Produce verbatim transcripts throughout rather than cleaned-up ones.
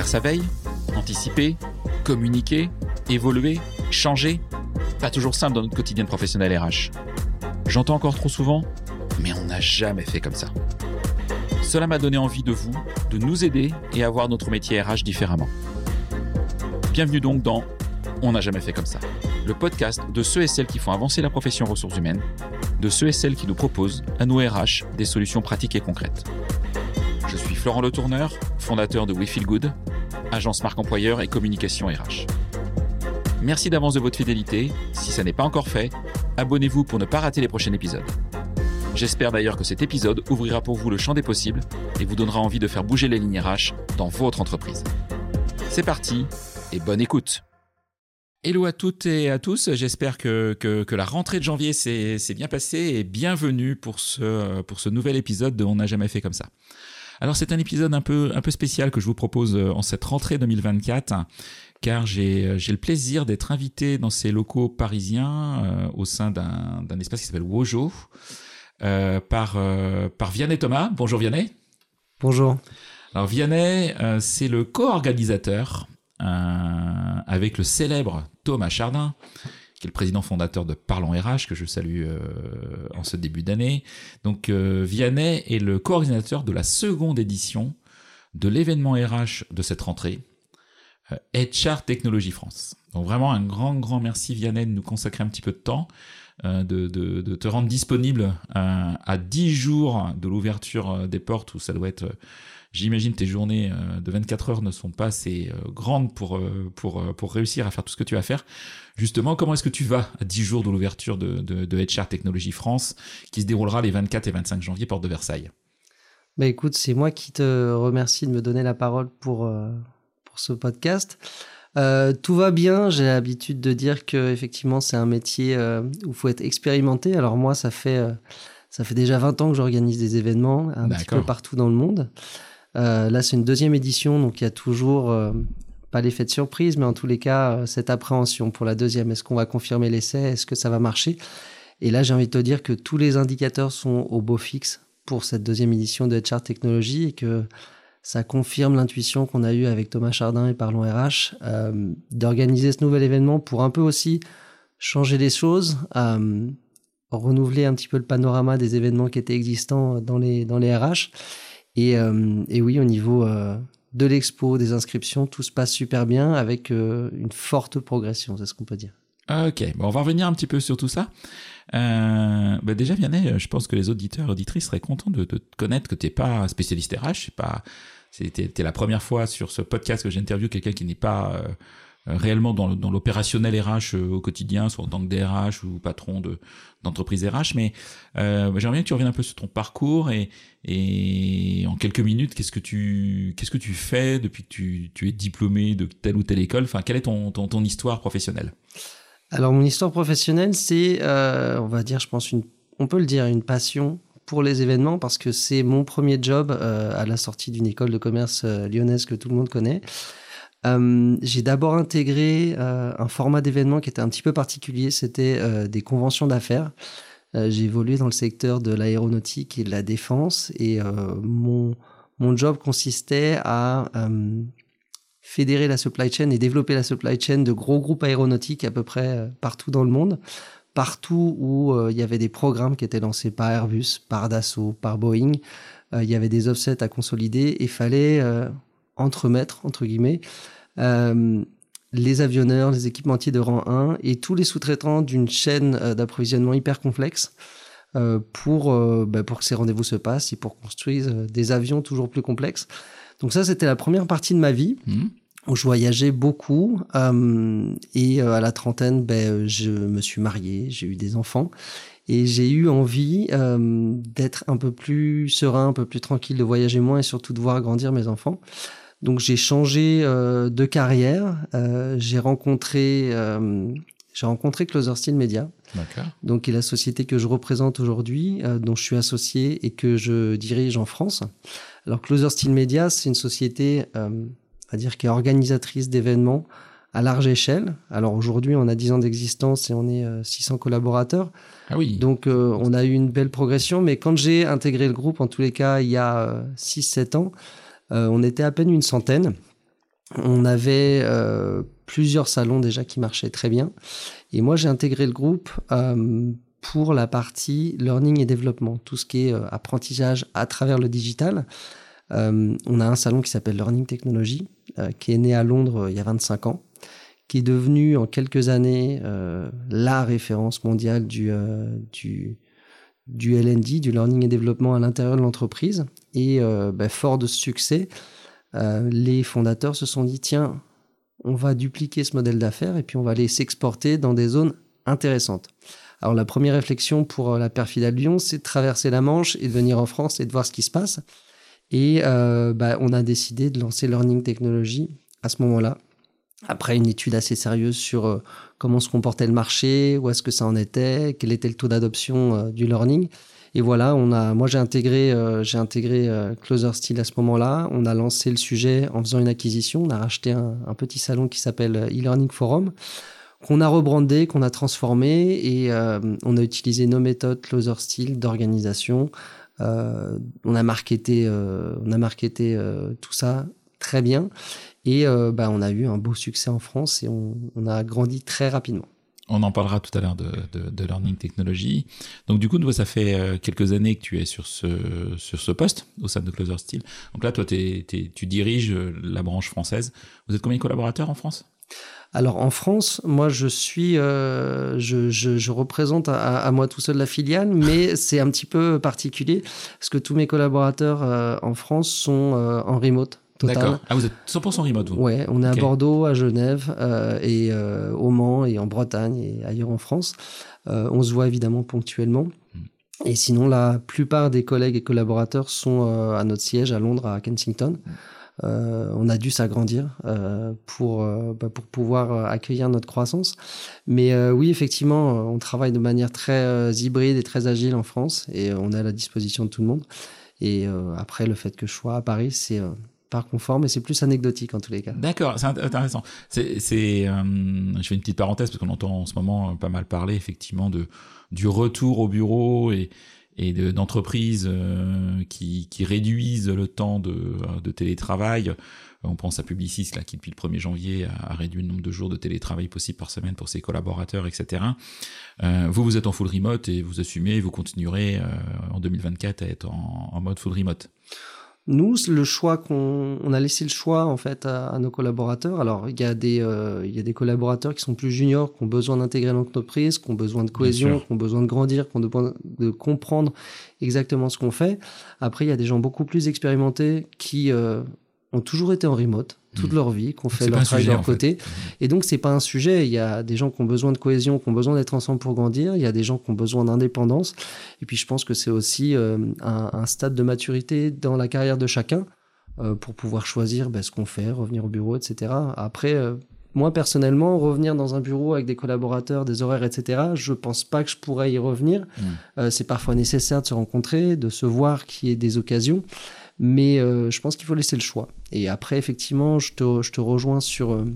Faire sa veille, anticiper, communiquer, évoluer, changer. Pas toujours simple dans notre quotidien professionnel R H. J'entends encore trop souvent, mais on n'a jamais fait comme ça. Cela m'a donné envie de vous, de nous aider et à voir notre métier R H différemment. Bienvenue donc dans On n'a jamais fait comme ça, le podcast de ceux et celles qui font avancer la profession ressources humaines, de ceux et celles qui nous proposent, à nous R H, des solutions pratiques et concrètes. Je suis Florent Le Tourneur, fondateur de We Feel Good, agence marque employeur et communication R H. Merci d'avance de votre fidélité. Si ça n'est pas encore fait, abonnez-vous pour ne pas rater les prochains épisodes. J'espère d'ailleurs que cet épisode ouvrira pour vous le champ des possibles et vous donnera envie de faire bouger les lignes R H dans votre entreprise. C'est parti et bonne écoute. Hello à toutes et à tous, j'espère que, que, que la rentrée de janvier s'est, s'est bien passée et bienvenue pour ce, pour ce nouvel épisode de On n'a jamais fait comme ça. Alors c'est un épisode un peu, un peu spécial que je vous propose en cette rentrée deux mille vingt-quatre, car j'ai, j'ai le plaisir d'être invité dans ces locaux parisiens euh, au sein d'un, d'un espace qui s'appelle Wojo, euh, par, euh, par Vianney Thomas. Bonjour Vianney. Bonjour. Alors Vianney, euh, c'est le co-organisateur euh, avec le célèbre Thomas Chardin, qui est le président fondateur de Parlons R H, que je salue euh, en ce début d'année. Donc euh, Vianney est le co-organisateur de la seconde édition de l'événement R H de cette rentrée, euh, H R Technologie France. Donc vraiment un grand, grand merci Vianney de nous consacrer un petit peu de temps, euh, de, de, de te rendre disponible euh, à dix jours de l'ouverture des portes, où ça doit être... Euh, J'imagine tes journées de vingt-quatre heures ne sont pas assez grandes pour, pour, pour réussir à faire tout ce que tu vas faire. Justement, comment est-ce que tu vas à dix jours de l'ouverture de, de, de H R Technologie France, qui se déroulera les vingt-quatre et vingt-cinq janvier, porte de Versailles? Bah écoute, c'est moi qui te remercie de me donner la parole pour, euh, pour ce podcast. Euh, tout va bien, j'ai l'habitude de dire qu'effectivement c'est un métier euh, où il faut être expérimenté. Alors moi, ça fait, euh, ça fait déjà vingt ans que j'organise des événements un D'accord. petit peu partout dans le monde. Euh, là, c'est une deuxième édition, donc il y a toujours, euh, pas l'effet de surprise, mais en tous les cas, euh, cette appréhension pour la deuxième. Est-ce qu'on va confirmer l'essai? Est-ce que ça va marcher? Et là, j'ai envie de te dire que tous les indicateurs sont au beau fixe pour cette deuxième édition de H R Technologie et que ça confirme l'intuition qu'on a eue avec Thomas Chardin et Parlons R H euh, d'organiser ce nouvel événement pour un peu aussi changer les choses, euh, renouveler un petit peu le panorama des événements qui étaient existants dans les, dans les R H. Et, euh, et oui, au niveau euh, de l'expo, des inscriptions, tout se passe super bien avec euh, une forte progression, c'est ce qu'on peut dire. Ok, bon, on va revenir un petit peu sur tout ça. Euh, bah déjà, Vianney, je pense que les auditeurs et auditrices seraient contents de, de te connaître, que tu n'es pas spécialiste R H. C'est pas, c'était, t'es la première fois sur ce podcast que j'interviewe quelqu'un qui n'est pas... Euh, réellement dans, dans l'opérationnel R H euh, au quotidien, soit en tant que D R H ou patron de, d'entreprise R H, mais euh, j'aimerais bien que tu reviennes un peu sur ton parcours et, et en quelques minutes, qu'est-ce que tu, qu'est-ce que tu fais depuis que tu, tu es diplômé de telle ou telle école? Enfin, quelle est ton, ton, ton histoire professionnelle? Alors, mon histoire professionnelle, c'est, euh, on va dire, je pense, une, on peut le dire, une passion pour les événements parce que c'est mon premier job euh, à la sortie d'une école de commerce euh, lyonnaise que tout le monde connaît. Euh, j'ai d'abord intégré euh, un format d'événement qui était un petit peu particulier, c'était euh, des conventions d'affaires. Euh, j'ai évolué dans le secteur de l'aéronautique et de la défense et euh, mon, mon job consistait à euh, fédérer la supply chain et développer la supply chain de gros groupes aéronautiques à peu près euh, partout dans le monde, partout où euh, il y avait des programmes qui étaient lancés par Airbus, par Dassault, par Boeing. Euh, il y avait des offsets à consolider et il fallait... Euh, entremettre, entre guillemets, euh, les avionneurs, les équipementiers de rang un et tous les sous-traitants d'une chaîne euh, d'approvisionnement hyper complexe euh, pour, euh, bah, pour que ces rendez-vous se passent et pour construire euh, des avions toujours plus complexes. Donc ça, c'était la première partie de ma vie mmh. où je voyageais beaucoup euh, et euh, à la trentaine, bah, je me suis marié, j'ai eu des enfants. Et j'ai eu envie euh, d'être un peu plus serein, un peu plus tranquille, de voyager moins et surtout de voir grandir mes enfants. Donc j'ai changé euh, de carrière. Euh, j'ai rencontré, euh, j'ai rencontré Closer Steel Media, D'accord. donc qui est la société que je représente aujourd'hui, euh, dont je suis associé et que je dirige en France. Alors Closer Steel Media, c'est une société, euh, on va dire, qui est organisatrice d'événements à large échelle. Alors aujourd'hui, on a dix ans d'existence et on est euh, six cents collaborateurs. Ah oui. Donc euh, on a eu une belle progression, mais quand j'ai intégré le groupe, en tous les cas, il y a euh, six sept ans, euh, on était à peine une centaine. on avait euh, plusieurs salons déjà qui marchaient très bien. Et moi, j'ai intégré le groupe euh, pour la partie learning et développement, tout ce qui est euh, apprentissage à travers le digital. Euh, on a un salon qui s'appelle Learning Technology, euh, qui est né à Londres euh, il y a vingt-cinq ans, qui est devenu en quelques années euh, la référence mondiale du, euh, du, du L and D, du learning et développement à l'intérieur de l'entreprise. Et euh, bah, fort de ce succès, euh, les fondateurs se sont dit, tiens, on va dupliquer ce modèle d'affaires et puis on va aller s'exporter dans des zones intéressantes. Alors la première réflexion pour la Perfida de Lyon, c'est de traverser la Manche et de venir en France et de voir ce qui se passe. Et euh, bah, on a décidé de lancer Learning Technology à ce moment-là, après une étude assez sérieuse sur euh, comment se comportait le marché, où est-ce que ça en était, quel était le taux d'adoption euh, du learning. Et voilà, on a, moi j'ai intégré, euh, j'ai intégré euh, Closersteel à ce moment-là. On a lancé le sujet en faisant une acquisition. On a racheté un, un petit salon qui s'appelle e-learning forum, qu'on a rebrandé, qu'on a transformé, et euh, on a utilisé nos méthodes Closersteel d'organisation. Euh, on a marketé, euh, on a marketé euh, tout ça très bien. Et euh, bah, on a eu un beau succès en France et on, on a grandi très rapidement. On en parlera tout à l'heure de, de, de Learning Technology. Donc du coup, toi, ça fait quelques années que tu es sur ce, sur ce poste au sein de Closersteel. Donc là, toi, t'es, t'es, tu diriges la branche française. Vous êtes combien de collaborateurs en France ? Alors en France, moi je suis, euh, je, je, je représente à, à moi tout seul la filiale, mais c'est un petit peu particulier parce que tous mes collaborateurs euh, en France sont euh, en remote. Total. D'accord. Ah, vous êtes cent pour cent remote, vous ? Ouais, on est okay. à Bordeaux, à Genève euh, et euh, au Mans et en Bretagne et ailleurs en France. Euh, on se voit évidemment ponctuellement. Mm. Et sinon, la plupart des collègues et collaborateurs sont euh, à notre siège à Londres, à Kensington. Mm. Euh, on a dû s'agrandir euh, pour, euh, bah, pour pouvoir accueillir notre croissance. Mais euh, oui, effectivement, on travaille de manière très euh, hybride et très agile en France et on est à la disposition de tout le monde. Et euh, après, le fait que je sois à Paris, c'est... Euh, par confort, mais c'est plus anecdotique en tous les cas. D'accord, c'est intéressant. C'est, c'est, euh, je fais une petite parenthèse parce qu'on entend en ce moment pas mal parler effectivement de du retour au bureau et et de, d'entreprises euh, qui qui réduisent le temps de de télétravail. On pense à Publicis là qui depuis le premier janvier a, a réduit le nombre de jours de télétravail possible par semaine pour ses collaborateurs, et cetera. Euh, vous vous êtes en full remote et vous assumez, vous continuerez euh, en deux mille vingt-quatre à être en, en mode full remote. Nous, le choix qu'on on a laissé le choix en fait à, à nos collaborateurs. Alors, il y a des euh, il y a des collaborateurs qui sont plus juniors, qui ont besoin d'intégrer l'entreprise, qui ont besoin de cohésion, qui ont besoin de grandir, qui ont besoin de comprendre exactement ce qu'on fait. Après, il y a des gens beaucoup plus expérimentés qui euh, ont toujours été en remote toute mmh. leur vie, qui ont fait leur travail de leur côté. Fait. Et donc, c'est pas un sujet. Il y a des gens qui ont besoin de cohésion, qui ont besoin d'être ensemble pour grandir. Il y a des gens qui ont besoin d'indépendance. Et puis, je pense que c'est aussi euh, un, un stade de maturité dans la carrière de chacun euh, pour pouvoir choisir ben, ce qu'on fait, revenir au bureau, et cetera. Après, euh, moi, personnellement, revenir dans un bureau avec des collaborateurs, des horaires, et cetera, je pense pas que je pourrais y revenir. Mmh. Euh, c'est parfois nécessaire de se rencontrer, de se voir, qu'il y ait des occasions. Mais euh, je pense qu'il faut laisser le choix. Et après, effectivement, je te, je te rejoins sur, euh,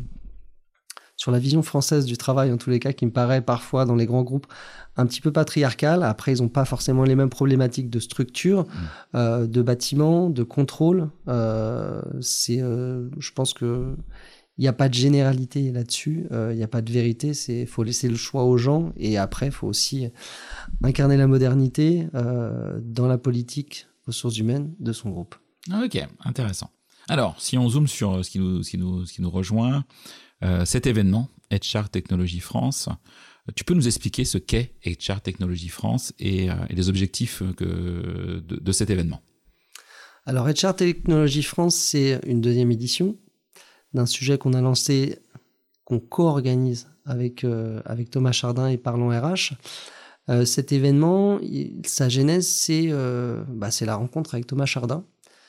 sur la vision française du travail, en tous les cas, qui me paraît parfois, dans les grands groupes, un petit peu patriarcale. Après, ils n'ont pas forcément les mêmes problématiques de structure, mmh. euh, de bâtiment, de contrôle. Euh, c'est, euh, je pense que il n'y a pas de généralité là-dessus, il euh, n'y a pas de vérité, il faut laisser le choix aux gens. Et après, il faut aussi incarner la modernité euh, dans la politique ressources humaines de son groupe. Ok, intéressant. Alors, si on zoome sur ce qui nous, ce qui nous, ce qui nous rejoint, euh, cet événement, H R Technology France, tu peux nous expliquer ce qu'est H R Technology France et, euh, et les objectifs que, de, de cet événement? Alors, H R Technology France, c'est une deuxième édition d'un sujet qu'on a lancé, qu'on co-organise avec, euh, avec Thomas Chardin et Parlons R H. Euh, cet événement, il, sa genèse, c'est, euh, bah, c'est la rencontre avec Thomas Chardin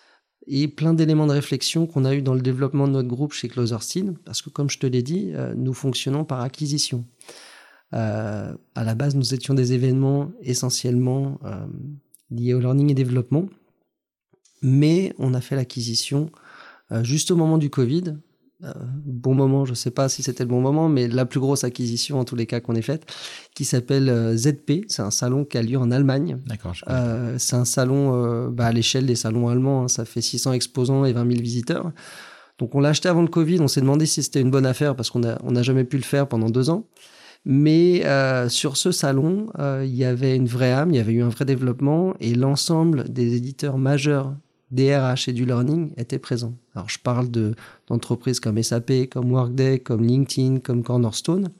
et plein d'éléments de réflexion qu'on a eu dans le développement de notre groupe chez Closersteel, parce que comme je te l'ai dit, euh, nous fonctionnons par acquisition. Euh, à la base, nous étions des événements essentiellement euh, liés au learning et développement, mais on a fait l'acquisition euh, juste au moment du Covid. Euh, bon moment, je ne sais pas si c'était le bon moment, mais la plus grosse acquisition en tous les cas qu'on ait faite, qui s'appelle euh, Z P. C'est un salon qui a lieu en Allemagne. D'accord. Je euh, c'est un salon euh, bah, à l'échelle des salons allemands. Hein, ça fait six cents exposants et vingt mille visiteurs. Donc on l'a acheté avant le Covid, on s'est demandé si c'était une bonne affaire parce qu'on n'a on a jamais pu le faire pendant deux ans. Mais euh, sur ce salon, euh, il y avait une vraie âme, il y avait eu un vrai développement et l'ensemble des éditeurs majeurs des R H et du learning étaient présents. Alors je parle de, d'entreprises comme S A P, comme Workday, comme LinkedIn, comme Cornerstone.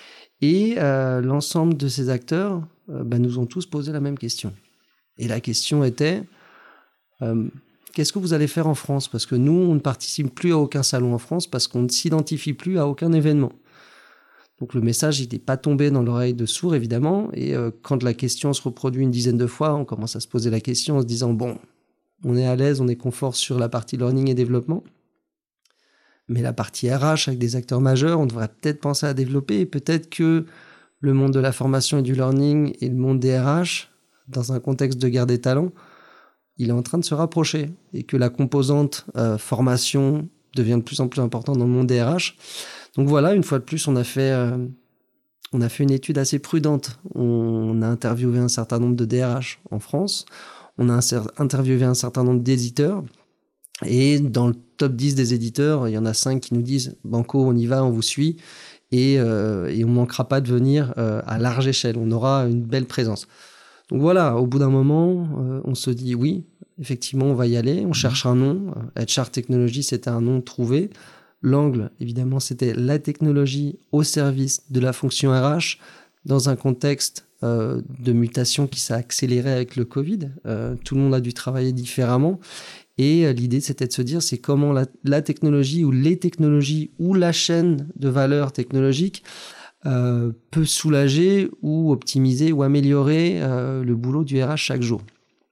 Et euh, l'ensemble de ces acteurs euh, bah, nous ont tous posé la même question. Et la question était, euh, qu'est-ce que vous allez faire en France ? Parce que nous, on ne participe plus à aucun salon en France parce qu'on ne s'identifie plus à aucun événement. Donc le message, il n'est pas tombé dans l'oreille de sourd, évidemment. Et euh, quand la question se reproduit une dizaine de fois, on commence à se poser la question en se disant, bon, on est à l'aise, on est confort sur la partie learning et développement. Mais la partie R H, avec des acteurs majeurs, on devrait peut-être penser à développer. Et peut-être que le monde de la formation et du learning et le monde des R H, dans un contexte de guerre des talents, il est en train de se rapprocher. Et que la composante euh, formation devient de plus en plus importante dans le monde des R H. Donc voilà, une fois de plus, on a fait, euh, on a fait une étude assez prudente. On a interviewé un certain nombre de D R H en France. On a interviewé un certain nombre d'éditeurs. Et dans le top dix des éditeurs, il y en a cinq qui nous disent « Banco, on y va, on vous suit. Et, euh, et on ne manquera pas de venir euh, à large échelle. On aura une belle présence. » Donc voilà, au bout d'un moment, euh, on se dit « Oui, effectivement, on va y aller. » On cherche un nom. H R Technology, c'était un nom trouvé. L'angle, évidemment, c'était la technologie au service de la fonction R H dans un contexte euh, de mutation qui s'est accéléré avec le Covid. Euh, tout le monde a dû travailler différemment. Et euh, l'idée, c'était de se dire, c'est comment la, la technologie ou les technologies ou la chaîne de valeur technologique euh, peut soulager ou optimiser ou améliorer euh, le boulot du R H chaque jour.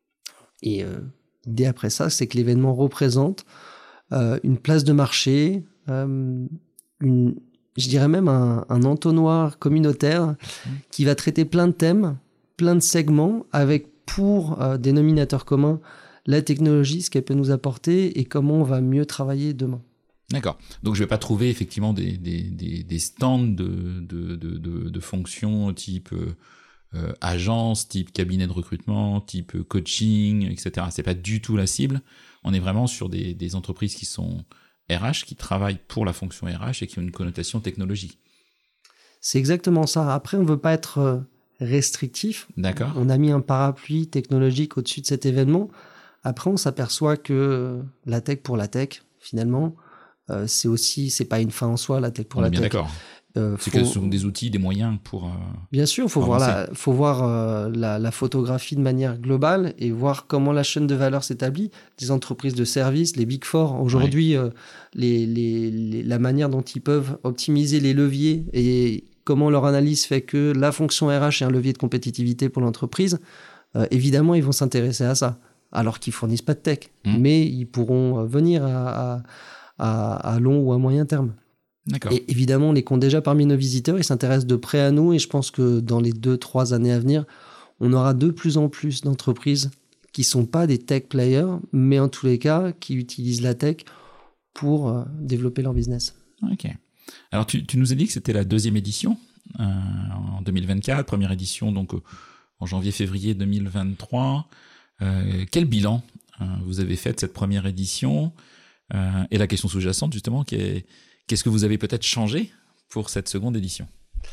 Et euh, l'idée après ça, c'est que l'événement représente euh, une place de marché, Euh, une, je dirais même un, un entonnoir communautaire mmh. qui va traiter plein de thèmes, plein de segments, avec pour euh, dénominateur commun la technologie, ce qu'elle peut nous apporter et comment on va mieux travailler demain. D'accord. Donc je ne vais pas trouver effectivement des, des, des, des stands de, de, de, de, de fonctions type euh, agence, type cabinet de recrutement, type coaching, et cetera. Ce n'est pas du tout la cible. On est vraiment sur des, des entreprises qui sont R H, qui travaillent pour la fonction R H et qui ont une connotation technologie. C'est exactement ça. Après, on ne veut pas être restrictif. D'accord. On a mis un parapluie technologique au-dessus de cet événement. Après, on s'aperçoit que la tech pour la tech, finalement, euh, c'est aussi, c'est pas une fin en soi, la tech pour on la est bien tech. D'accord. Euh, c'est faut... que ce sont des outils, des moyens pour. Euh, bien sûr, faut voir la, faut voir euh, la, la photographie de manière globale et voir comment la chaîne de valeur s'établit. Des entreprises de services, les Big Four, aujourd'hui, ouais. euh, les, les, les, la manière dont ils peuvent optimiser les leviers et comment leur analyse fait que la fonction R H est un levier de compétitivité pour l'entreprise. Euh, évidemment, ils vont s'intéresser à ça, alors qu'ils fournissent pas de tech, mmh. mais ils pourront venir à, à, à, à long ou à moyen terme. D'accord. Et évidemment, on les compte déjà parmi nos visiteurs, ils s'intéressent de près à nous et je pense que dans les deux, trois années à venir, on aura de plus en plus d'entreprises qui ne sont pas des tech players, mais en tous les cas, qui utilisent la tech pour euh, développer leur business. Ok. Alors, tu, tu nous as dit que c'était la deuxième édition euh, en deux mille vingt-quatre, première édition donc euh, en janvier-février deux mille vingt-trois. Euh, quel bilan euh, vous avez fait de cette première édition euh, et la question sous-jacente, justement, qui est qu'est-ce que vous avez peut-être changé pour cette seconde édition ?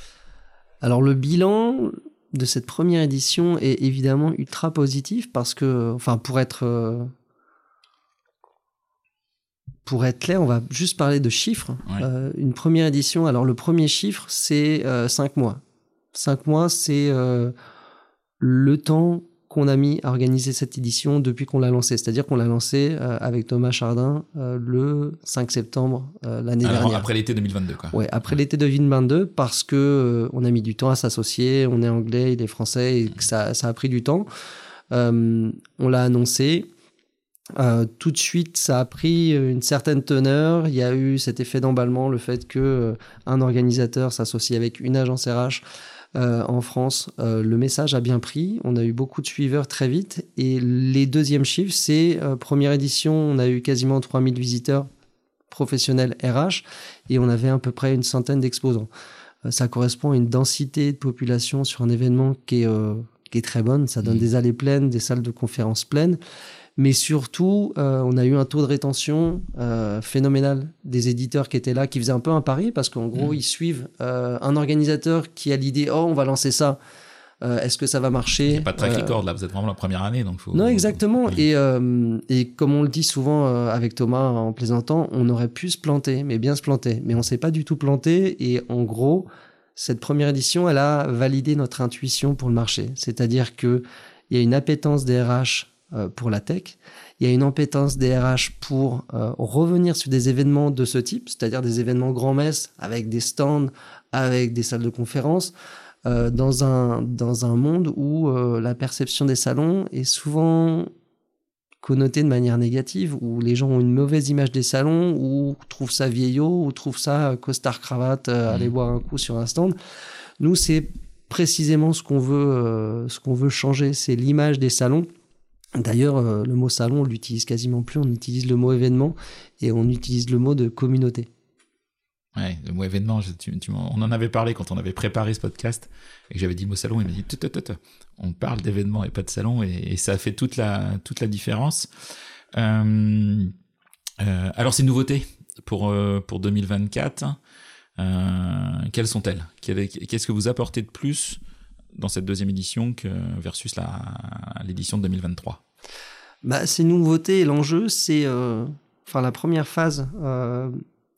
Alors, le bilan de cette première édition est évidemment ultra positif parce que, enfin, pour être, euh, pour être clair, on va juste parler de chiffres. Ouais. Euh, une première édition, alors le premier chiffre, c'est euh, cinq mois. Cinq mois, c'est euh, le temps qu'on a mis à organiser cette édition depuis qu'on l'a lancée. C'est-à-dire qu'on l'a lancée euh, avec Thomas Chardin euh, le cinq septembre euh, l'année Alors, dernière. Après l'été deux mille vingt-deux, quoi. Ouais, après ouais. l'été deux mille vingt-deux, parce que euh, on a mis du temps à s'associer, on est anglais, il est français, et que ça, ça a pris du temps. Euh, on l'a annoncé. Euh, tout de suite, ça a pris une certaine teneur. Il y a eu cet effet d'emballement, le fait que euh, un organisateur s'associe avec une agence R H Euh, en France, euh, le message a bien pris. On a eu beaucoup de suiveurs très vite. Et les deuxièmes chiffres, c'est euh, première édition, on a eu quasiment trois mille visiteurs professionnels R H et on avait à peu près une centaine d'exposants. Euh, ça correspond à une densité de population sur un événement qui est, euh, qui est très bonne. Ça donne mmh. des allées pleines, des salles de conférences pleines. Mais surtout, euh, on a eu un taux de rétention euh, phénoménal des éditeurs qui étaient là, qui faisaient un peu un pari, parce qu'en gros, mmh. ils suivent euh, un organisateur qui a l'idée « Oh, on va lancer ça ». Euh, est-ce que ça va marcher ? Il n'y a pas de track record, euh... là, vous êtes vraiment la première année. Donc faut... Non, exactement. Oui. Et, euh, et comme on le dit souvent euh, avec Thomas en plaisantant, on aurait pu se planter, mais bien se planter. Mais on ne s'est pas du tout planté. Et en gros, cette première édition, elle a validé notre intuition pour le marché. C'est-à-dire qu'il y a une appétence des R H euh, pour la tech. Il y a une appétence des R H pour euh, revenir sur des événements de ce type, c'est-à-dire des événements grand-messe avec des stands, avec des salles de conférence. Euh, dans un, dans un monde où euh, la perception des salons est souvent connotée de manière négative, où les gens ont une mauvaise image des salons, ou trouvent ça vieillot, ou trouvent ça costard-cravate, euh, mmh. aller boire un coup sur un stand. Nous, c'est précisément ce qu'on veut, euh, ce qu'on veut changer, c'est l'image des salons. D'ailleurs, euh, le mot salon, on l'utilise quasiment plus, on utilise le mot événement, et on utilise le mot de communauté. Ouais, le mot événement, je, tu, tu, on en avait parlé quand on avait préparé ce podcast et que j'avais dit le mot salon, il m'a dit tout, tout, tout, tout. On parle d'événement et pas de salon, et, et ça fait toute la, toute la différence. Euh, euh, alors, ces nouveautés pour, euh, pour deux mille vingt-quatre, euh, quelles sont-elles ? Qu'est-ce que vous apportez de plus dans cette deuxième édition que versus la, l'édition de deux mille vingt-trois ? Bah, ces nouveautés, l'enjeu, c'est euh, enfin, la première phase euh,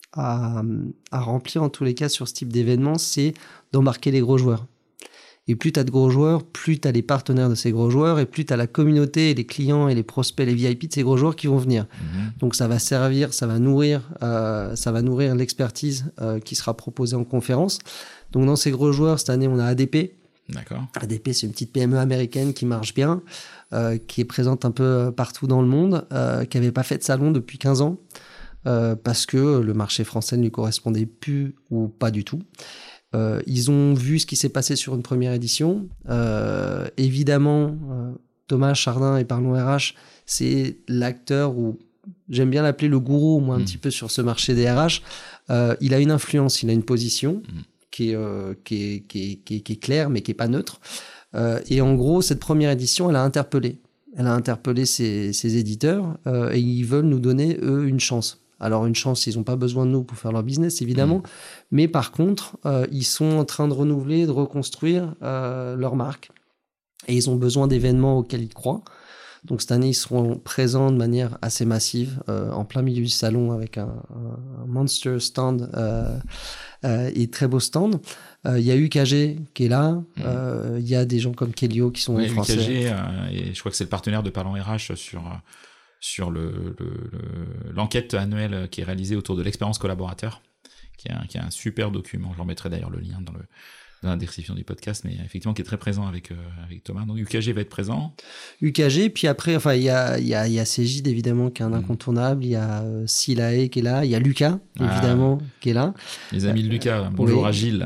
À, à remplir en tous les cas sur ce type d'événement, c'est d'embarquer les gros joueurs. Et plus tu as de gros joueurs, plus tu as les partenaires de ces gros joueurs, et plus tu as la communauté, les clients et les prospects, les V I P de ces gros joueurs qui vont venir. Mmh. Donc ça va servir, ça va nourrir, euh, ça va nourrir l'expertise euh, qui sera proposée en conférence. Donc dans ces gros joueurs, cette année, on a A D P. D'accord. A D P, c'est une petite P M E américaine qui marche bien, euh, qui est présente un peu partout dans le monde, euh, qui n'avait pas fait de salon depuis quinze ans. Euh, parce que le marché français ne lui correspondait plus ou pas du tout. Euh, ils ont vu ce qui s'est passé sur une première édition. Euh, évidemment, euh, Thomas Chardin et Parlons R H, c'est l'acteur, ou j'aime bien l'appeler le gourou, moi, un mmh. petit peu sur ce marché des R H. Euh, il a une influence, il a une position mmh. qui, est, euh, qui, est, qui, est, qui, est, qui est claire, mais qui n'est pas neutre. Euh, et en gros, cette première édition, elle a interpellé. Elle a interpellé ses, ses éditeurs euh, et ils veulent nous donner, eux, une chance. Alors, une chance, ils n'ont pas besoin de nous pour faire leur business, évidemment. Mmh. Mais par contre, euh, ils sont en train de renouveler, de reconstruire euh, leur marque. Et ils ont besoin d'événements auxquels ils croient. Donc, cette année, ils seront présents de manière assez massive, euh, en plein milieu du salon, avec un, un, un monster stand euh, euh, et très beau stand. Il euh, y a U K G qui est là. Il mmh. euh, y a des gens comme Kelio qui sont oui, français. U K G, euh, et je crois que c'est le partenaire de Parlons R H sur... Euh... sur le, le, le, l'enquête annuelle qui est réalisée autour de l'expérience collaborateur, qui est un, qui est un super document. Je remettrai d'ailleurs le lien dans, le, dans la description du podcast, mais effectivement qui est très présent avec, euh, avec Thomas. Donc U K G va être présent. U K G, puis après, enfin, il y a, y a, y a Cégide, évidemment, qui est un incontournable. Il y a euh, Silae qui est là. Il y a Lucas, évidemment, ah, qui est là. Les amis de Lucas, bonjour oui. à Gilles.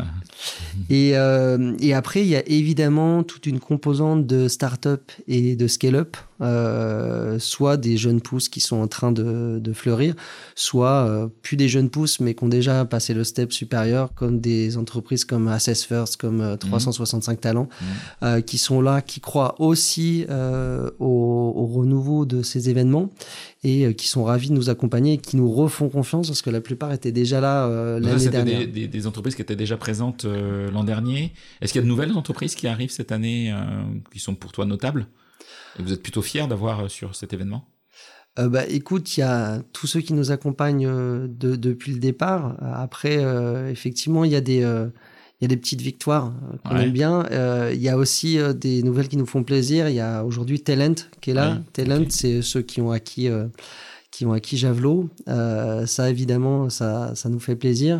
Et, euh, et après, il y a évidemment toute une composante de start-up et de scale-up, euh, soit des jeunes pousses qui sont en train de, de fleurir, soit euh, plus des jeunes pousses, mais qui ont déjà passé le step supérieur, comme des entreprises comme Assess First, comme euh, trois cent soixante-cinq mmh. Talents, mmh. Euh, qui sont là, qui croient aussi euh, au, au renouveau de ces événements et euh, qui sont ravis de nous accompagner et qui nous refont confiance, parce que la plupart étaient déjà là euh, l'année ça, dernière. Des, des, des entreprises qui étaient déjà présentes euh, l'an dernier. Est-ce qu'il y a de nouvelles entreprises qui arrivent cette année euh, qui sont pour toi notables ? Et vous êtes plutôt fier d'avoir euh, sur cet événement ? euh, bah, Écoute, il y a tous ceux qui nous accompagnent euh, de, depuis le départ. Après, euh, effectivement, il y a des... Euh, il y a des petites victoires qu'on ouais. aime bien. Euh, il y a aussi euh, des nouvelles qui nous font plaisir. Il y a aujourd'hui Talent qui est là. Ouais, Talent, okay. c'est ceux qui ont acquis, euh, qui ont acquis Javelot. Euh, ça, évidemment, ça, ça nous fait plaisir.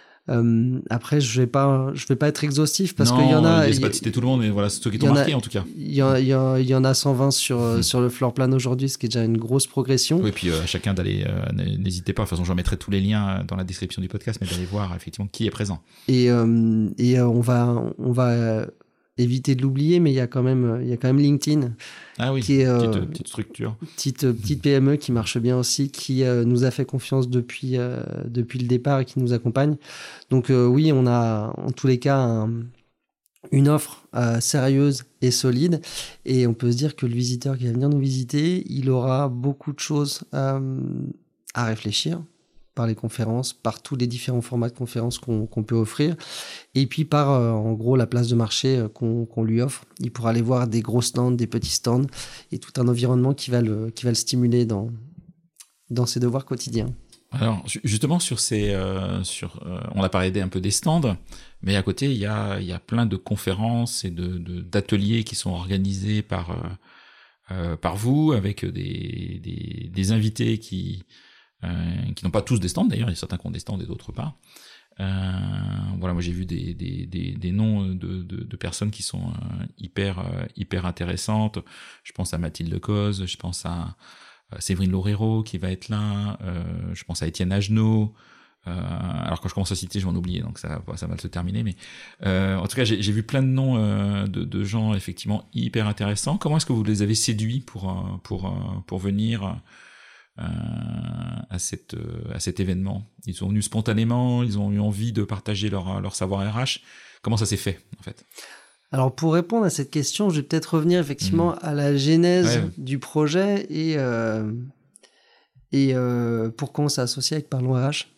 Euh, après, je vais pas, je vais pas être exhaustif parce qu'il y en a. Non, c'est pas de citer tout le monde, mais voilà, c'est ceux qui t'ont marqué en tout cas. Il y, y, y, y en a cent vingt sur mmh. sur le floor plan aujourd'hui, ce qui est déjà une grosse progression. Oui, et puis euh, à chacun d'aller, euh, n'hésitez pas. De toute façon, je remettrai tous les liens dans la description du podcast, mais d'aller voir effectivement qui est présent. Et euh, et euh, on va on va euh, éviter de l'oublier, mais il y a quand même il y a quand même LinkedIn. Ah oui, qui est, petite, euh, petite structure. Petite, petite P M E qui marche bien aussi, qui euh, nous a fait confiance depuis, euh, depuis le départ et qui nous accompagne. Donc euh, oui, on a en tous les cas un, une offre euh, sérieuse et solide. Et on peut se dire que le visiteur qui va venir nous visiter, il aura beaucoup de choses euh, à réfléchir par les conférences, par tous les différents formats de conférences qu'on, qu'on peut offrir, et puis par, euh, en gros, la place de marché euh, qu'on, qu'on lui offre. Il pourra aller voir des gros stands, des petits stands, et tout un environnement qui va le, qui va le stimuler dans, dans ses devoirs quotidiens. Alors, justement, sur ces, euh, sur, euh, on a parlé un peu des stands, mais à côté, il y a, il y a plein de conférences et de, de, d'ateliers qui sont organisés par, euh, euh, par vous, avec des, des, des invités qui, euh, qui n'ont pas tous des stands, d'ailleurs, il y a certains qui ont des stands et d'autres pas. Euh, voilà, moi j'ai vu des, des, des, des noms de, de, de personnes qui sont euh, hyper, euh, hyper intéressantes. Je pense à Mathilde Cause, je pense à Séverine Loureiro qui va être là, euh, je pense à Étienne Agenot, euh, alors quand je commence à citer je vais en oublier, donc ça, ça va se terminer, mais euh, en tout cas j'ai, j'ai vu plein de noms euh, de, de gens effectivement hyper intéressants. Comment est-ce que vous les avez séduits pour, pour, pour venir euh, à, cette, à cet événement? Ils sont venus spontanément, ils ont eu envie de partager leur, leur savoir R H. Comment ça s'est fait en fait? Alors, pour répondre à cette question, je vais peut-être revenir effectivement mmh. à la genèse ouais. du projet et, euh, et euh, pourquoi on s'est associé avec Parlons R H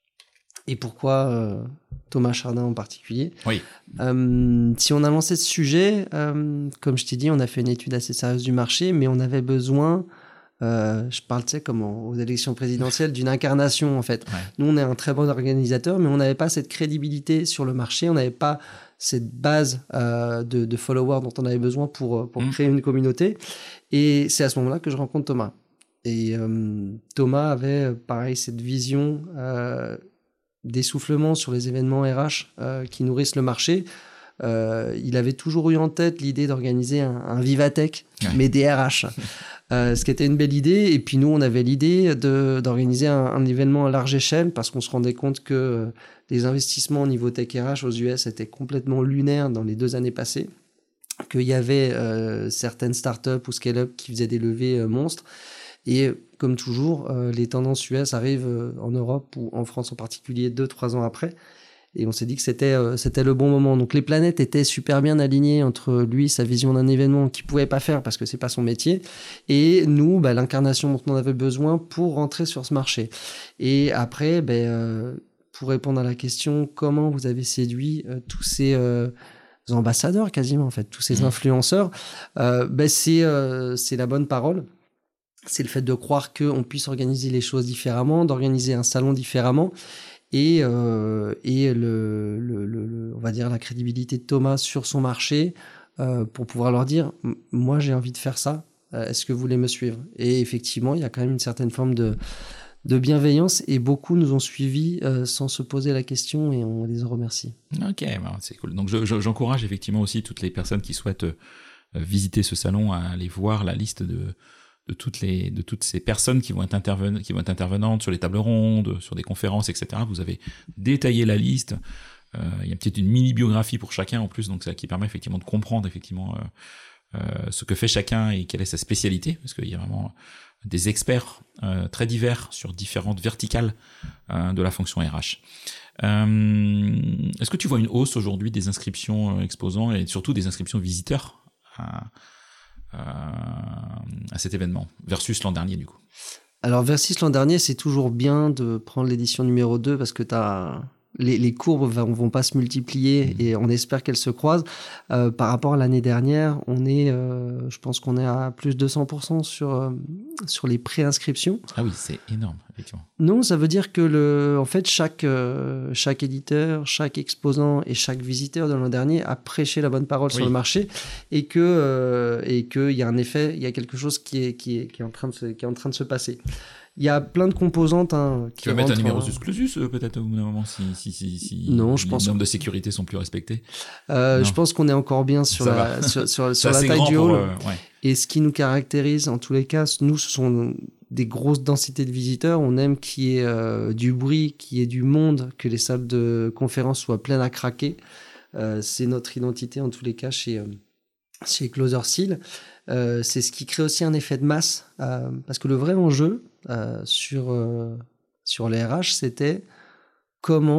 et pourquoi euh, Thomas Chardin en particulier. Oui. Euh, si on a lancé ce sujet, euh, comme je t'ai dit, on a fait une étude assez sérieuse du marché, mais on avait besoin, euh, je parle, tu sais, comme aux élections présidentielles, d'une incarnation en fait. Ouais. Nous, on est un très bon organisateur, mais on n'avait pas cette crédibilité sur le marché, on n'avait pas cette base euh, de, de followers dont on avait besoin pour, pour mmh. créer une communauté. Et c'est à ce moment-là que je rencontre Thomas. Et euh, Thomas avait, pareil, cette vision euh, d'essoufflement sur les événements R H euh, qui nourrissent le marché. Euh, il avait toujours eu en tête l'idée d'organiser un, un Vivatech, ouais. mais des R H. Euh, ce qui était une belle idée. Et puis nous, on avait l'idée de, d'organiser un, un événement à large échelle parce qu'on se rendait compte que les investissements au niveau tech R H aux U S étaient complètement lunaires dans les deux années passées, qu'il y avait euh, certaines startups ou scale-up qui faisaient des levées euh, monstres. Et comme toujours, euh, les tendances U S arrivent euh, en Europe ou en France en particulier deux, trois ans après. Et on s'est dit que c'était, euh, c'était le bon moment. Donc les planètes étaient super bien alignées entre lui, sa vision d'un événement qu'il ne pouvait pas faire parce que ce n'est pas son métier, et nous, bah, l'incarnation dont on avait besoin pour rentrer sur ce marché. Et après, bah, euh, pour répondre à la question, comment vous avez séduit euh, tous ces euh, ambassadeurs quasiment, en fait, tous ces influenceurs, euh, bah, c'est, euh, c'est la bonne parole. C'est le fait de croire qu'on puisse organiser les choses différemment, d'organiser un salon différemment. Et, euh, et le, le, le, le, on va dire la crédibilité de Thomas sur son marché euh, pour pouvoir leur dire « moi j'ai envie de faire ça, euh, est-ce que vous voulez me suivre ?» Et effectivement, il y a quand même une certaine forme de, de bienveillance et beaucoup nous ont suivis euh, sans se poser la question et on les en remercie. Ok, bah, c'est cool. Donc je, je, j'encourage effectivement aussi toutes les personnes qui souhaitent euh, visiter ce salon à aller voir la liste de... de toutes les de toutes ces personnes qui vont être interven- qui vont être intervenantes sur les tables rondes, sur des conférences, et cetera. Vous avez détaillé la liste. Euh, il y a peut-être une mini biographie pour chacun en plus, donc ça qui permet effectivement de comprendre effectivement euh, euh, ce que fait chacun et quelle est sa spécialité, parce qu'il y a vraiment des experts euh, très divers sur différentes verticales euh, de la fonction R H. Euh, est-ce que tu vois une hausse aujourd'hui des inscriptions euh, exposants et surtout des inscriptions visiteurs à à cet événement versus l'an dernier du coup? Alors versus l'an dernier, c'est toujours bien de prendre l'édition numéro deux parce que t'as... Les, les courbes ne vont pas se multiplier et on espère qu'elles se croisent. Euh, par rapport à l'année dernière, on est, euh, je pense qu'on est à plus de deux cents pour cent sur, euh, sur les préinscriptions. Ah oui, c'est énorme, effectivement. Non, ça veut dire que le, en fait, chaque, euh, chaque éditeur, chaque exposant et chaque visiteur de l'an dernier a prêché la bonne parole oui. sur le marché et qu'il euh, et que y a un effet, il y a quelque chose qui est, qui est, qui est, en, train de se, qui est en train de se passer. Il y a plein de composantes. Hein, qui tu vas mettre un numéro clausus euh, peut-être au bout d'un moment si, si, si, si non, je les pense normes que... de sécurité sont plus respectées. Euh, je pense qu'on est encore bien sur Ça la, sur, sur, sur la taille du hall. Euh, ouais. Et ce qui nous caractérise, en tous les cas, nous, ce sont des grosses densités de visiteurs. On aime qu'il y ait euh, du bruit, qu'il y ait du monde, que les salles de conférence soient pleines à craquer. Euh, c'est notre identité, en tous les cas, chez, euh, chez Closer Seal. Euh, c'est ce qui crée aussi un effet de masse. Euh, parce que le vrai enjeu, Euh, sur, euh, sur les R H, c'était comment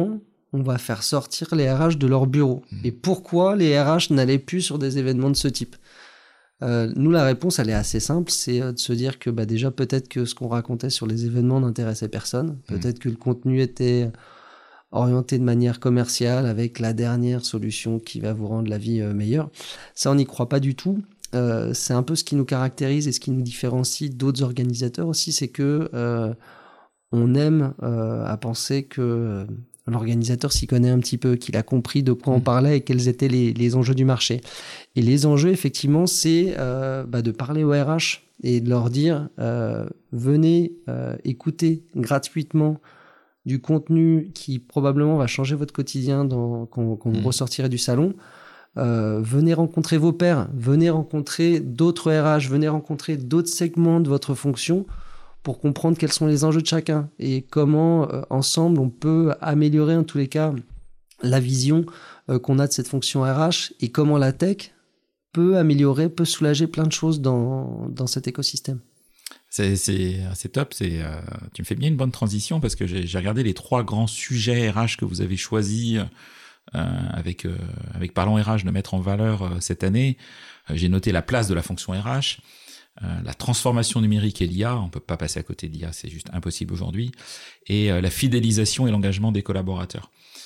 on va faire sortir les R H de leur bureau. Mmh. Et pourquoi les R H n'allaient plus sur des événements de ce type ? euh, Nous, la réponse, elle est assez simple, c'est de se dire que bah, déjà, peut-être que ce qu'on racontait sur les événements n'intéressait personne, mmh. peut-être que le contenu était orienté de manière commerciale avec la dernière solution qui va vous rendre la vie euh, meilleure. Ça, on n'y croit pas du tout. Euh, c'est un peu ce qui nous caractérise et ce qui nous différencie d'autres organisateurs aussi, c'est que euh, on aime euh, à penser que euh, l'organisateur s'y connaît un petit peu, qu'il a compris de quoi on parlait et quels étaient les, les enjeux du marché. Et les enjeux, effectivement, c'est euh, bah, de parler aux R H et de leur dire euh, venez euh, écouter gratuitement du contenu qui probablement va changer votre quotidien dans, quand, quand vous mmh. ressortirez du salon. Euh, venez rencontrer vos pairs, venez rencontrer d'autres R H, venez rencontrer d'autres segments de votre fonction pour comprendre quels sont les enjeux de chacun et comment, euh, ensemble, on peut améliorer, en tous les cas, la vision euh, qu'on a de cette fonction R H et comment la tech peut améliorer, peut soulager plein de choses dans, dans cet écosystème. C'est, c'est, c'est top, c'est, euh, tu me fais bien une bonne transition parce que j'ai, j'ai regardé les trois grands sujets R H que vous avez choisis euh, avec, euh, avec Parlons R H de mettre en valeur euh, cette année. Euh, j'ai noté la place de la fonction R H, euh, la transformation numérique et l'I A, on ne peut pas passer à côté de l'I A, c'est juste impossible aujourd'hui, et euh, la fidélisation et l'engagement des collaborateurs.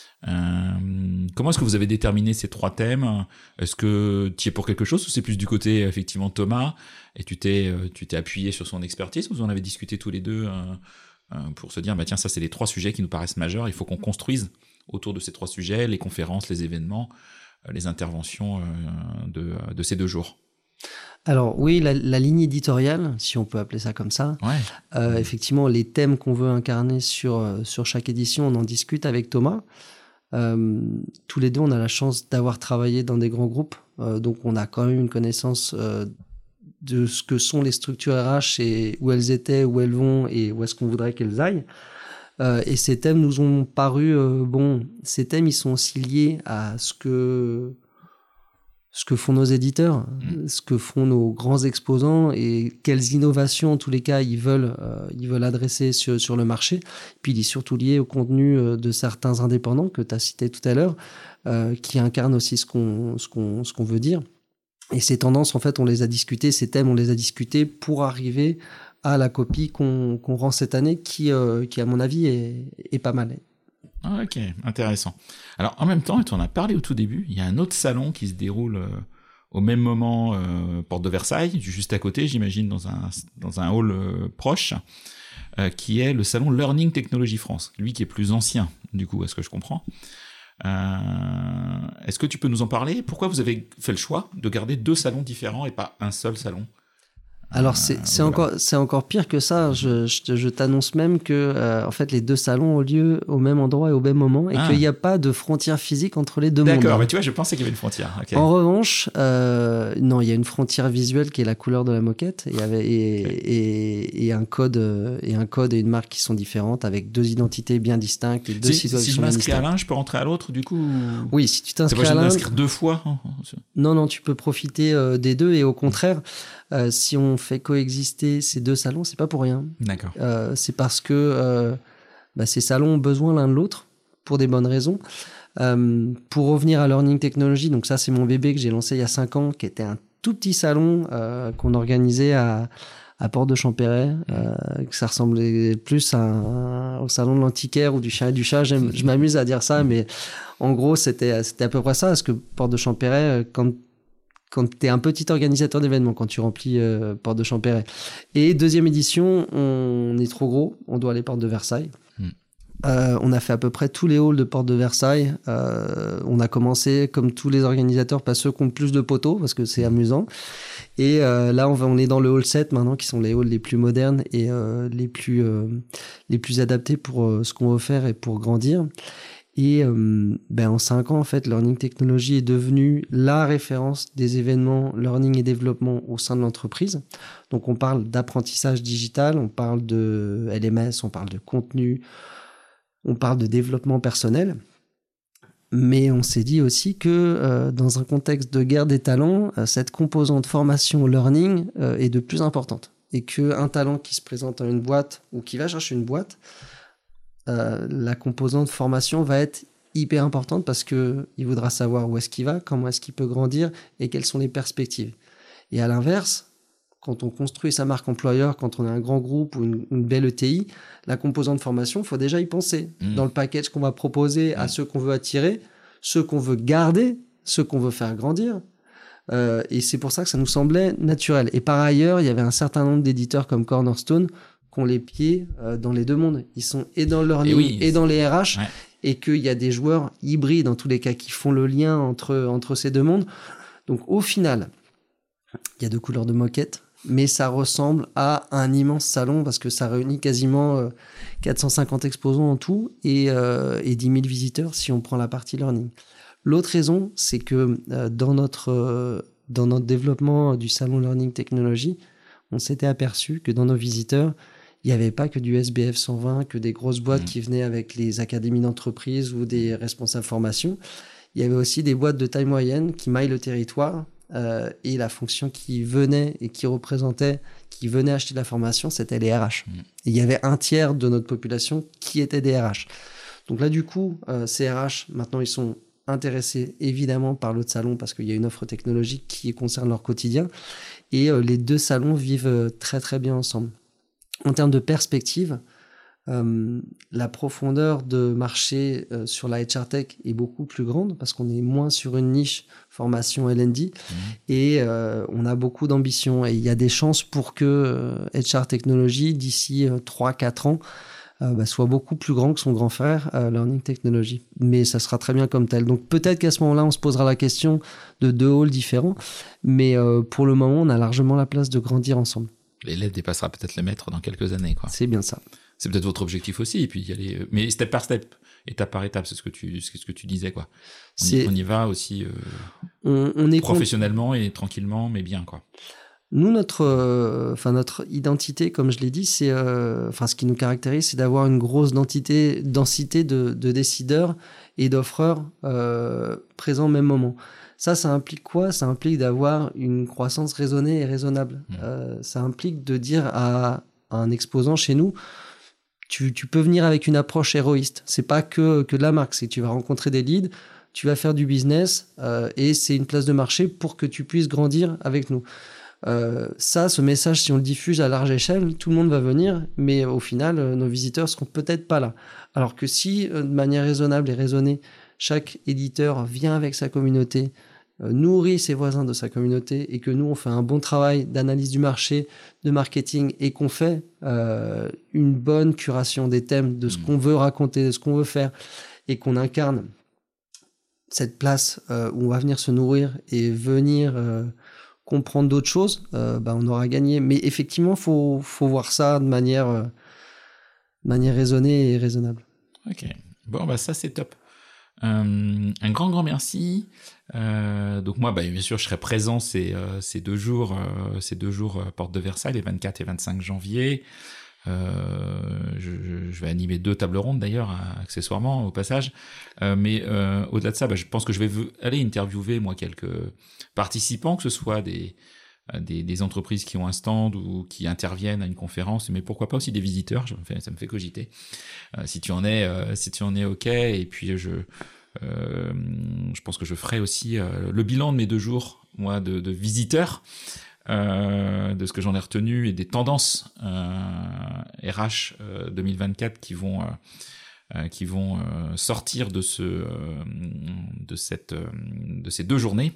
Euh, comment est-ce que vous avez déterminé ces trois thèmes ? Est-ce que tu y es pour quelque chose ou c'est plus du côté effectivement Thomas et tu t'es tu t'es appuyé sur son expertise ou vous en avez discuté tous les deux euh, euh, pour se dire bah tiens ça c'est les trois sujets qui nous paraissent majeurs, il faut qu'on construise autour de ces trois sujets les conférences, les événements, euh, les interventions euh, de de ces deux jours. Alors oui, la, la ligne éditoriale, si on peut appeler ça comme ça, ouais. euh, mmh. effectivement les thèmes qu'on veut incarner sur sur chaque édition, on en discute avec Thomas. Euh, tous les deux, on a la chance d'avoir travaillé dans des grands groupes, euh, donc on a quand même une connaissance euh, de ce que sont les structures R H et où elles étaient, où elles vont et où est-ce qu'on voudrait qu'elles aillent. Euh, et ces thèmes nous ont paru, euh, bon, ces thèmes, ils sont aussi liés à ce que ce que font nos éditeurs, mmh. ce que font nos grands exposants et quelles innovations, en tous les cas, ils veulent, euh, ils veulent adresser sur, sur le marché. Puis, il est surtout lié au contenu de certains indépendants que tu as cités tout à l'heure, euh, qui incarnent aussi ce qu'on, ce qu'on, ce qu'on veut dire. Et ces tendances, en fait, on les a discutées, ces thèmes, on les a discutés pour arriver à la copie qu'on, qu'on rend cette année, qui, euh, qui à mon avis, est, est pas mal. Ah, ok, intéressant. Alors, en même temps, et tu en as parlé au tout début, il y a un autre salon qui se déroule euh, au même moment, euh, porte de Versailles, juste à côté, j'imagine, dans un, dans un hall euh, proche, euh, qui est le salon Learning Technology France, lui qui est plus ancien, du coup, est-ce que je comprends ? euh, Est-ce que tu peux nous en parler ? Pourquoi vous avez fait le choix de garder deux salons différents et pas un seul salon ? Alors c'est, c'est, voilà. encore, c'est encore pire que ça. Je, je, je t'annonce même que euh, en fait, les deux salons ont lieu au même endroit et au même moment et ah. qu'il n'y a pas de frontière physique entre les deux D'accord, mondes. D'accord, mais tu vois, je pensais qu'il y avait une frontière. Okay. En revanche, euh, non, il y a une frontière visuelle qui est la couleur de la moquette et, avec, et, okay. et, et, un code, et un code et une marque qui sont différentes avec deux identités bien distinctes et deux si, sites web si je m'inscris à l'un, je peux rentrer à l'autre du coup. Oui, si tu t'inscris à l'un. Tu m'inscrire deux fois. Non, non, tu peux profiter euh, des deux et au contraire. Euh, si on fait coexister ces deux salons, c'est pas pour rien. D'accord. Euh, c'est parce que euh, bah, ces salons ont besoin l'un de l'autre pour des bonnes raisons. Euh, pour revenir à Learning Technology, donc ça c'est mon bébé que j'ai lancé il y a cinq ans, qui était un tout petit salon euh, qu'on organisait à, à Porte de Champéret, euh, que ça ressemblait plus à un, au salon de l'antiquaire ou du chien et du chat. J'aime, je m'amuse à dire ça, mais en gros c'était, c'était à peu près ça, parce que Porte de Champéret, quand quand tu es un petit organisateur d'événements, quand tu remplis euh, Porte de Champéret. Et deuxième édition, on est trop gros, on doit aller Porte de Versailles. Mm. Euh, on a fait à peu près tous les halls de Porte de Versailles. Euh, on a commencé, comme tous les organisateurs, par ceux qui ont plus de poteaux, parce que c'est amusant. Et euh, là, on, va, on est dans le hall sept maintenant, qui sont les halls les plus modernes et euh, les, plus, euh, les plus adaptés pour euh, ce qu'on veut faire et pour grandir. Et euh, ben en cinq ans, en fait, Learning Technology est devenu la référence des événements learning et développement au sein de l'entreprise. Donc, on parle d'apprentissage digital, on parle de L M S, on parle de contenu, on parle de développement personnel. Mais on s'est dit aussi que euh, dans un contexte de guerre des talents, euh, cette composante formation learning euh, est de plus importante. Et qu'un talent qui se présente à une boîte ou qui va chercher une boîte, Euh, la composante formation va être hyper importante parce qu'il voudra savoir où est-ce qu'il va, comment est-ce qu'il peut grandir et quelles sont les perspectives. Et à l'inverse, quand on construit sa marque employeur, quand on a un grand groupe ou une, une belle E T I, la composante formation, il faut déjà y penser. Mmh. Dans le package qu'on va proposer mmh. à ceux qu'on veut attirer, ceux qu'on veut garder, ceux qu'on veut faire grandir. Euh, et c'est pour ça que ça nous semblait naturel. Et par ailleurs, il y avait un certain nombre d'éditeurs comme Cornerstone qui ont les pieds euh, dans les deux mondes. Ils sont et dans le learning et, oui, et dans les R H. Ouais. Et qu'il y a des joueurs hybrides, en tous les cas, qui font le lien entre, entre ces deux mondes. Donc au final, il y a deux couleurs de moquette, mais ça ressemble à un immense salon parce que ça réunit quasiment euh, quatre cent cinquante exposants en tout et, euh, et dix mille visiteurs si on prend la partie learning. L'autre raison, c'est que euh, dans, notre, euh, dans notre développement du salon Learning Technology, on s'était aperçu que dans nos visiteurs, il n'y avait pas que du S B F cent vingt, que des grosses boîtes mmh. qui venaient avec les académies d'entreprise ou des responsables formation. Il y avait aussi des boîtes de taille moyenne qui maillent le territoire. Euh, et la fonction qui venait et qui représentait, qui venait acheter de la formation, c'était les R H. Mmh. Et il y avait un tiers de notre population qui étaient des R H. Donc là, du coup, euh, ces R H, maintenant, ils sont intéressés évidemment par l'autre salon parce qu'il y a une offre technologique qui concerne leur quotidien. Et euh, les deux salons vivent euh, très, très bien ensemble. En termes de perspective, euh, la profondeur de marché euh, sur la H R Tech est beaucoup plus grande parce qu'on est moins sur une niche formation L and D mmh. et euh, on a beaucoup d'ambition et il y a des chances pour que euh, H R Technology d'ici euh, trois à quatre ans euh, bah, soit beaucoup plus grand que son grand frère euh, Learning Technology, mais ça sera très bien comme tel. Donc peut-être qu'à ce moment-là on se posera la question de deux halls différents, mais euh, pour le moment on a largement la place de grandir ensemble. L'élève dépassera peut-être les maîtres dans quelques années, quoi. C'est bien ça. C'est peut-être votre objectif aussi, et puis y aller, mais step par step, étape par étape, c'est ce que tu, c'est ce que tu disais, quoi. On, y, on y va aussi euh, on, on est professionnellement et tranquillement, mais bien, quoi. Nous, notre, enfin euh, notre identité, comme je l'ai dit, c'est, enfin euh, ce qui nous caractérise, c'est d'avoir une grosse densité, densité de, de décideurs et d'offreurs euh, présents au même moment. Ça, ça implique quoi ? Ça implique d'avoir une croissance raisonnée et raisonnable. Mmh. Euh, ça implique de dire à, à un exposant chez nous, tu, tu peux venir avec une approche héroïste. C'est pas que, que de la marque, c'est que tu vas rencontrer des leads, tu vas faire du business euh, et c'est une place de marché pour que tu puisses grandir avec nous. Euh, ça, ce message, si on le diffuse à large échelle, tout le monde va venir, mais au final, euh, nos visiteurs seront peut-être pas là. Alors que si, euh, de manière raisonnable et raisonnée, chaque éditeur vient avec sa communauté, euh, nourrit ses voisins de sa communauté et que nous, on fait un bon travail d'analyse du marché, de marketing et qu'on fait euh, une bonne curation des thèmes, de ce mmh. qu'on veut raconter, de ce qu'on veut faire et qu'on incarne cette place euh, où on va venir se nourrir et venir euh, comprendre d'autres choses, euh, bah, on aura gagné. Mais effectivement, il faut, faut voir ça de manière, euh, de manière raisonnée et raisonnable. Ok, bon, bah ça c'est top. Euh, un grand grand merci. Euh, donc moi, bah, bien sûr, je serai présent ces, euh, ces deux jours, euh, ces deux jours euh, porte de Versailles, les vingt-quatre et vingt-cinq janvier. Euh, je, je vais animer deux tables rondes d'ailleurs, accessoirement au passage. Euh, mais euh, au-delà de ça, bah, je pense que je vais v- aller interviewer moi quelques participants, que ce soit des Des, des entreprises qui ont un stand ou qui interviennent à une conférence, mais pourquoi pas aussi des visiteurs, ça me fait, ça me fait cogiter. Euh, si tu en es, euh, si tu en es ok, et puis je, euh, je pense que je ferai aussi euh, le bilan de mes deux jours, moi, de, de visiteurs, euh, de ce que j'en ai retenu et des tendances euh, R H euh, deux mille vingt-quatre qui vont, euh, euh, qui vont euh, sortir de ce, euh, de cette, euh, de ces deux journées.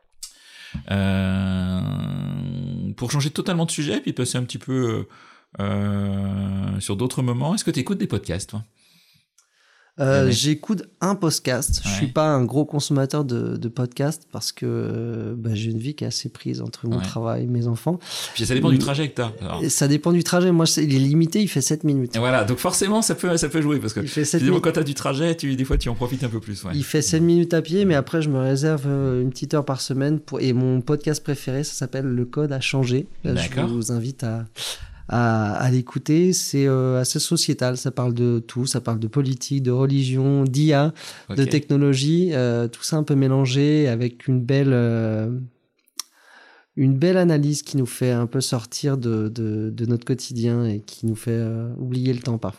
Euh, pour changer totalement de sujet puis passer un petit peu euh, sur d'autres moments, est-ce que tu écoutes des podcasts, toi ? Euh, j'écoute un podcast. Ouais. Je suis pas un gros consommateur de, de podcasts parce que bah, j'ai une vie qui est assez prise entre mon ouais. travail et mes enfants. Puis ça dépend du trajet que t'as. Alors. Ça dépend du trajet. Moi, il est limité, il fait sept minutes. Et voilà, donc forcément, ça peut, ça peut jouer parce que il fait sept minutes. Quand t'as du trajet, tu, des fois, tu en profites un peu plus. Ouais. Il fait sept minutes à pied, mais après, je me réserve une petite heure par semaine pour. Et mon podcast préféré, ça s'appelle Le Code a changé. D'accord. Je vous invite à. À, à l'écouter, c'est euh, assez sociétal, ça parle de tout, ça parle de politique, de religion, d'I A, okay. de technologie, euh, tout ça un peu mélangé avec une belle, euh, une belle analyse qui nous fait un peu sortir de, de, de notre quotidien et qui nous fait euh, oublier le temps parfois.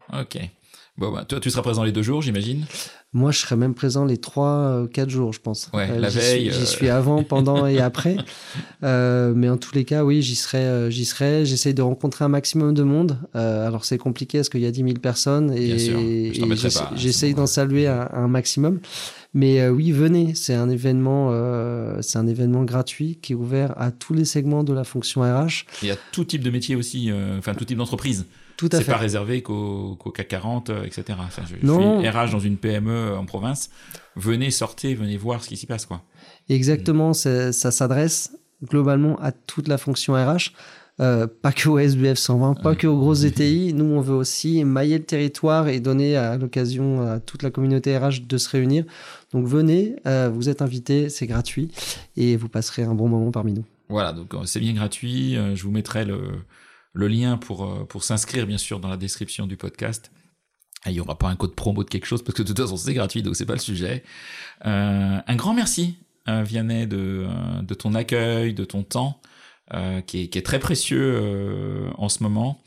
Ok. Bon, bah, toi, tu seras présent les deux jours, j'imagine. Moi, je serai même présent les trois, quatre jours, je pense. Ouais, euh, la j'y veille. Suis, euh... J'y suis avant, pendant et après. Euh, mais en tous les cas, oui, j'y serai. Euh, j'y serai. J'essaye de rencontrer un maximum de monde. Euh, alors, c'est compliqué parce qu'il y a dix mille personnes. Et, Bien sûr, je t'embêterai et pas. J'essaye bon, d'en saluer un, un maximum. Mais euh, oui, venez. C'est un événement. Euh, c'est un événement gratuit qui est ouvert à tous les segments de la fonction R H. Il y a tout type de métier aussi, enfin euh, tout type d'entreprise. Tout à c'est fait. pas réservé qu'au, qu'au C A C quarante, euh, et cetera. Enfin, je, non. je suis R H dans une P M E en province. Venez, sortez, venez voir ce qui s'y passe, quoi. Exactement, mmh. ça s'adresse globalement à toute la fonction R H, euh, pas que au S B F cent vingt, pas ouais. que aux grosses E T I. Nous, on veut aussi mailler le territoire et donner à l'occasion à toute la communauté R H de se réunir. Donc venez, euh, vous êtes invités, c'est gratuit et vous passerez un bon moment parmi nous. Voilà, donc c'est bien gratuit. Je vous mettrai le... le lien pour, pour s'inscrire, bien sûr, dans la description du podcast. Il n'y aura pas un code promo de quelque chose, parce que de toute façon, c'est gratuit, donc c'est pas le sujet. Euh, un grand merci, euh, Vianney, de, de ton accueil, de ton temps, euh, qui, est, qui est très précieux euh, en ce moment.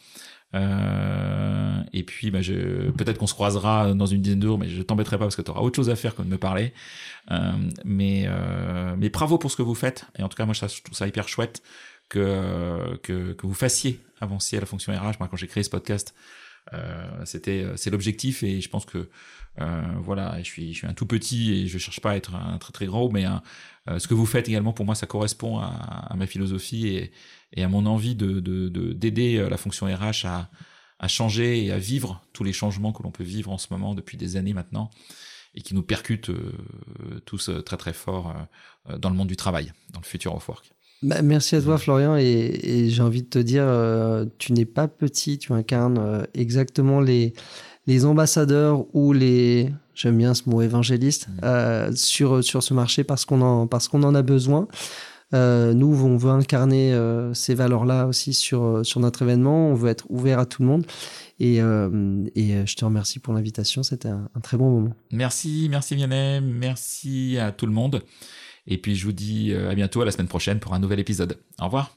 Euh, et puis, bah, je, peut-être qu'on se croisera dans une dizaine de jours, mais je t'embêterai pas parce que tu auras autre chose à faire que de me parler. Euh, mais, euh, mais bravo pour ce que vous faites. Et en tout cas, moi, je trouve ça hyper chouette que, que, que vous fassiez avancer à la fonction R H. Moi, quand j'ai créé ce podcast, euh, c'était, c'est l'objectif et je pense que, euh, voilà, je suis, je suis un tout petit et je cherche pas à être un très très gros, mais hein, euh, ce que vous faites également, pour moi, ça correspond à, à ma philosophie et, et à mon envie de, de, de, d'aider la fonction R H à, à changer et à vivre tous les changements que l'on peut vivre en ce moment depuis des années maintenant et qui nous percutent euh, tous très très fort euh, dans le monde du travail, dans le future of work. Bah, merci à toi, Florian, et, et j'ai envie de te dire, euh, tu n'es pas petit, tu incarnes euh, exactement les, les ambassadeurs ou les, j'aime bien ce mot, évangélistes, mmh. euh, sur, sur ce marché parce qu'on en, parce qu'on en a besoin. Euh, nous, on veut incarner euh, ces valeurs-là aussi sur, sur notre événement, on veut être ouvert à tout le monde. Et, euh, et je te remercie pour l'invitation, c'était un, un très bon moment. Merci, merci Vianney, merci à tout le monde. Et puis je vous dis à bientôt, à la semaine prochaine pour un nouvel épisode. Au revoir.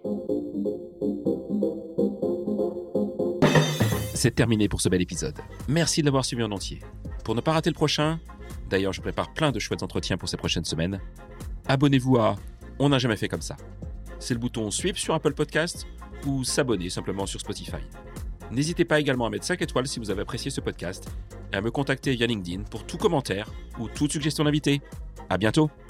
C'est terminé pour ce bel épisode. Merci de l'avoir suivi en entier. Pour ne pas rater le prochain, d'ailleurs je prépare plein de chouettes entretiens pour ces prochaines semaines, abonnez-vous à On n'a jamais fait comme ça. C'est le bouton Suivre sur Apple Podcast ou s'abonner simplement sur Spotify. N'hésitez pas également à mettre cinq étoiles si vous avez apprécié ce podcast et à me contacter via LinkedIn pour tout commentaire ou toute suggestion d'invité. À bientôt.